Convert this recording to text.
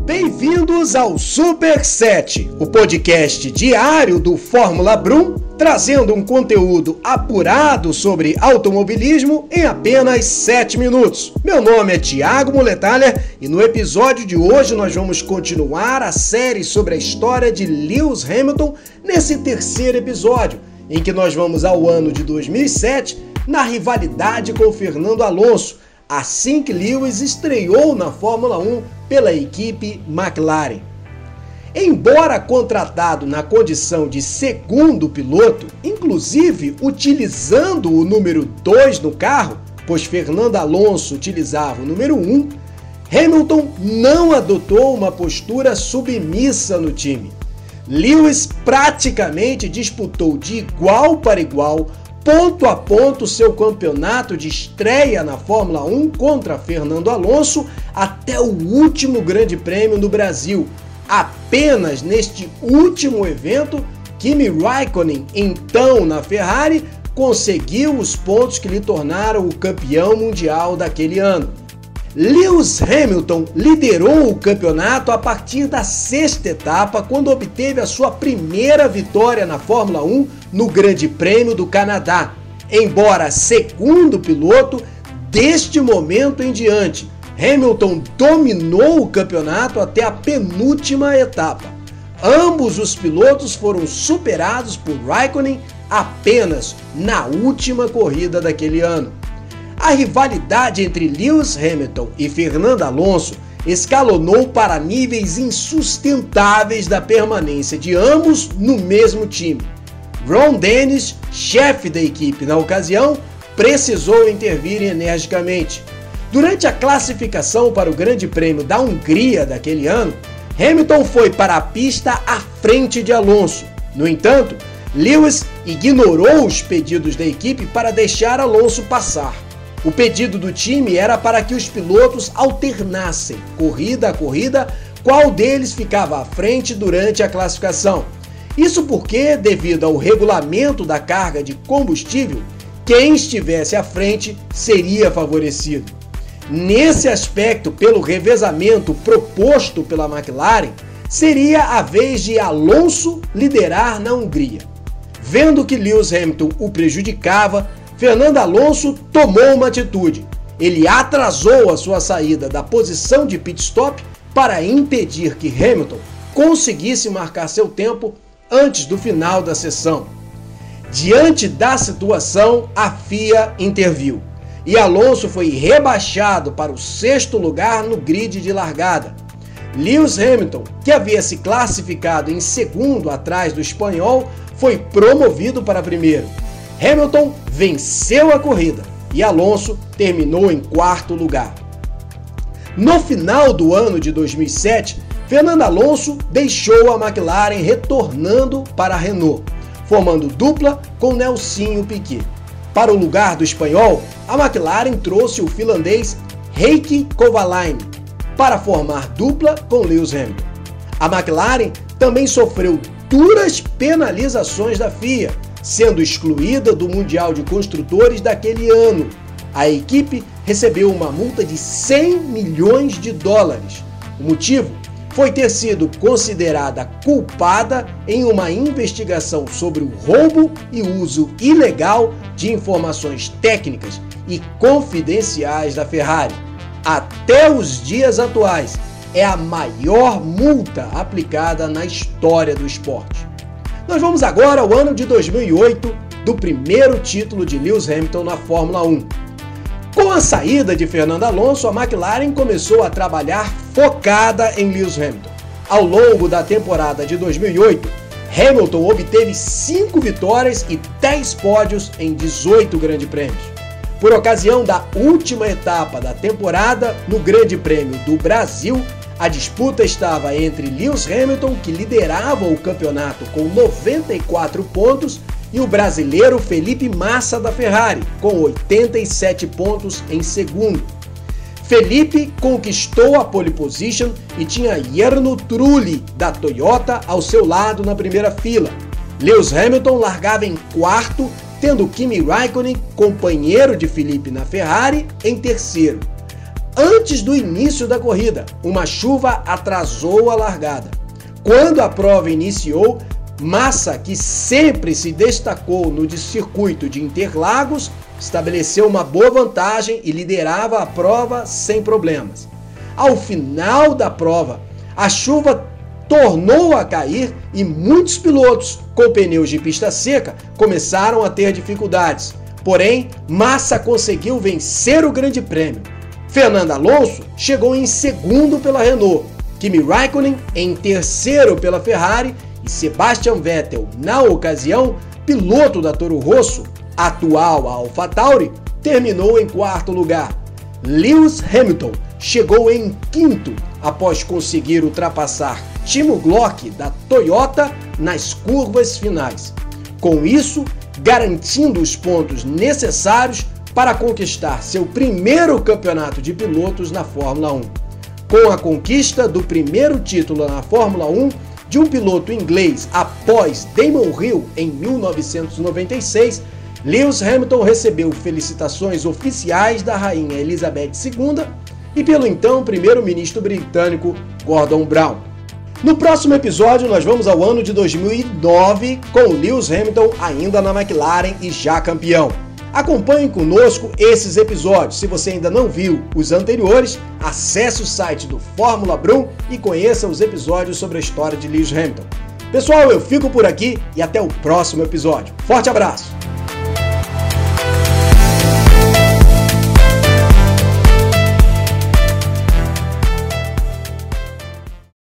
Bem-vindos ao Super 7, o podcast diário do Fórmula Brum, trazendo um conteúdo apurado sobre automobilismo em apenas 7 minutos. Meu nome é Thiago Mulethaler e no episódio de hoje nós vamos continuar a série sobre a história de Lewis Hamilton nesse terceiro episódio, em que nós vamos ao ano de 2007 na rivalidade com Fernando Alonso, assim que Lewis estreou na Fórmula 1 pela equipe McLaren. Embora contratado na condição de segundo piloto, inclusive utilizando o número 2 no carro, pois Fernando Alonso utilizava o número 1, Hamilton não adotou uma postura submissa no time. Lewis praticamente disputou de igual para igual, ponto a ponto, seu campeonato de estreia na Fórmula 1 contra Fernando Alonso até o último Grande Prêmio no Brasil. Apenas neste último evento, Kimi Raikkonen, então na Ferrari, conseguiu os pontos que lhe tornaram o campeão mundial daquele ano. Lewis Hamilton liderou o campeonato a partir da sexta etapa, quando obteve a sua primeira vitória na Fórmula 1 no Grande Prêmio do Canadá. Embora segundo piloto, deste momento em diante, Hamilton dominou o campeonato até a penúltima etapa. Ambos os pilotos foram superados por Raikkonen apenas na última corrida daquele ano. A rivalidade entre Lewis Hamilton e Fernando Alonso escalonou para níveis insustentáveis da permanência de ambos no mesmo time. Ron Dennis, chefe da equipe na ocasião, precisou intervir energicamente. Durante a classificação para o Grande Prêmio da Hungria daquele ano, Hamilton foi para a pista à frente de Alonso. No entanto, Lewis ignorou os pedidos da equipe para deixar Alonso passar. O pedido do time era para que os pilotos alternassem, corrida a corrida, qual deles ficava à frente durante a classificação. Isso porque, devido ao regulamento da carga de combustível, quem estivesse à frente seria favorecido. Nesse aspecto, pelo revezamento proposto pela McLaren, seria a vez de Alonso liderar na Hungria. Vendo que Lewis Hamilton o prejudicava, Fernando Alonso tomou uma atitude. Ele atrasou a sua saída da posição de pit stop para impedir que Hamilton conseguisse marcar seu tempo antes do final da sessão. Diante da situação, a FIA interviu e Alonso foi rebaixado para o sexto lugar no grid de largada. Lewis Hamilton, que havia se classificado em segundo atrás do espanhol, foi promovido para primeiro. Hamilton venceu a corrida e Alonso terminou em quarto lugar. No final do ano de 2007, Fernando Alonso deixou a McLaren retornando para a Renault, formando dupla com Nelsinho Piquet. Para o lugar do espanhol, a McLaren trouxe o finlandês Heikki Kovalainen para formar dupla com Lewis Hamilton. A McLaren também sofreu duras penalizações da FIA, sendo excluída do Mundial de Construtores daquele ano. A equipe recebeu uma multa de 100 milhões de dólares. O motivo foi ter sido considerada culpada em uma investigação sobre o roubo e uso ilegal de informações técnicas e confidenciais da Ferrari. Até os dias atuais, é a maior multa aplicada na história do esporte. Nós vamos agora ao ano de 2008, do primeiro título de Lewis Hamilton na Fórmula 1. Com a saída de Fernando Alonso, a McLaren começou a trabalhar focada em Lewis Hamilton. Ao longo da temporada de 2008, Hamilton obteve 5 vitórias e 10 pódios em 18 Grandes Prêmios. Por ocasião da última etapa da temporada, no Grande Prêmio do Brasil, a disputa estava entre Lewis Hamilton, que liderava o campeonato com 94 pontos, e o brasileiro Felipe Massa da Ferrari, com 87 pontos em segundo. Felipe conquistou a pole position e tinha Jarno Trulli da Toyota ao seu lado na primeira fila. Lewis Hamilton largava em quarto, tendo Kimi Raikkonen, companheiro de Felipe na Ferrari, em terceiro. antes do início da corrida. Uma chuva atrasou a largada. Quando a prova iniciou, Massa, que sempre se destacou no circuito de Interlagos, estabeleceu uma boa vantagem e liderava a prova sem problemas. Ao final da prova, a chuva tornou a cair e muitos pilotos com pneus de pista seca começaram a ter dificuldades. Porém, Massa conseguiu vencer o Grande Prêmio. Fernando Alonso chegou em segundo pela Renault, Kimi Raikkonen em terceiro pela Ferrari e Sebastian Vettel, na ocasião, piloto da Toro Rosso, atual AlphaTauri, terminou em quarto lugar. Lewis Hamilton chegou em quinto após conseguir ultrapassar Timo Glock da Toyota nas curvas finais. Com isso, garantindo os pontos necessários para conquistar seu primeiro campeonato de pilotos na Fórmula 1. Com a conquista do primeiro título na Fórmula 1 de um piloto inglês após Damon Hill em 1996, Lewis Hamilton recebeu felicitações oficiais da rainha Elizabeth II e pelo então primeiro-ministro britânico Gordon Brown. No próximo episódio nós vamos ao ano de 2009 com Lewis Hamilton ainda na McLaren e já campeão. Acompanhe conosco esses episódios. Se você ainda não viu os anteriores, acesse o site do Fórmula Brum e conheça os episódios sobre a história de Lewis Hamilton. Pessoal, eu fico por aqui e até o próximo episódio. Forte abraço!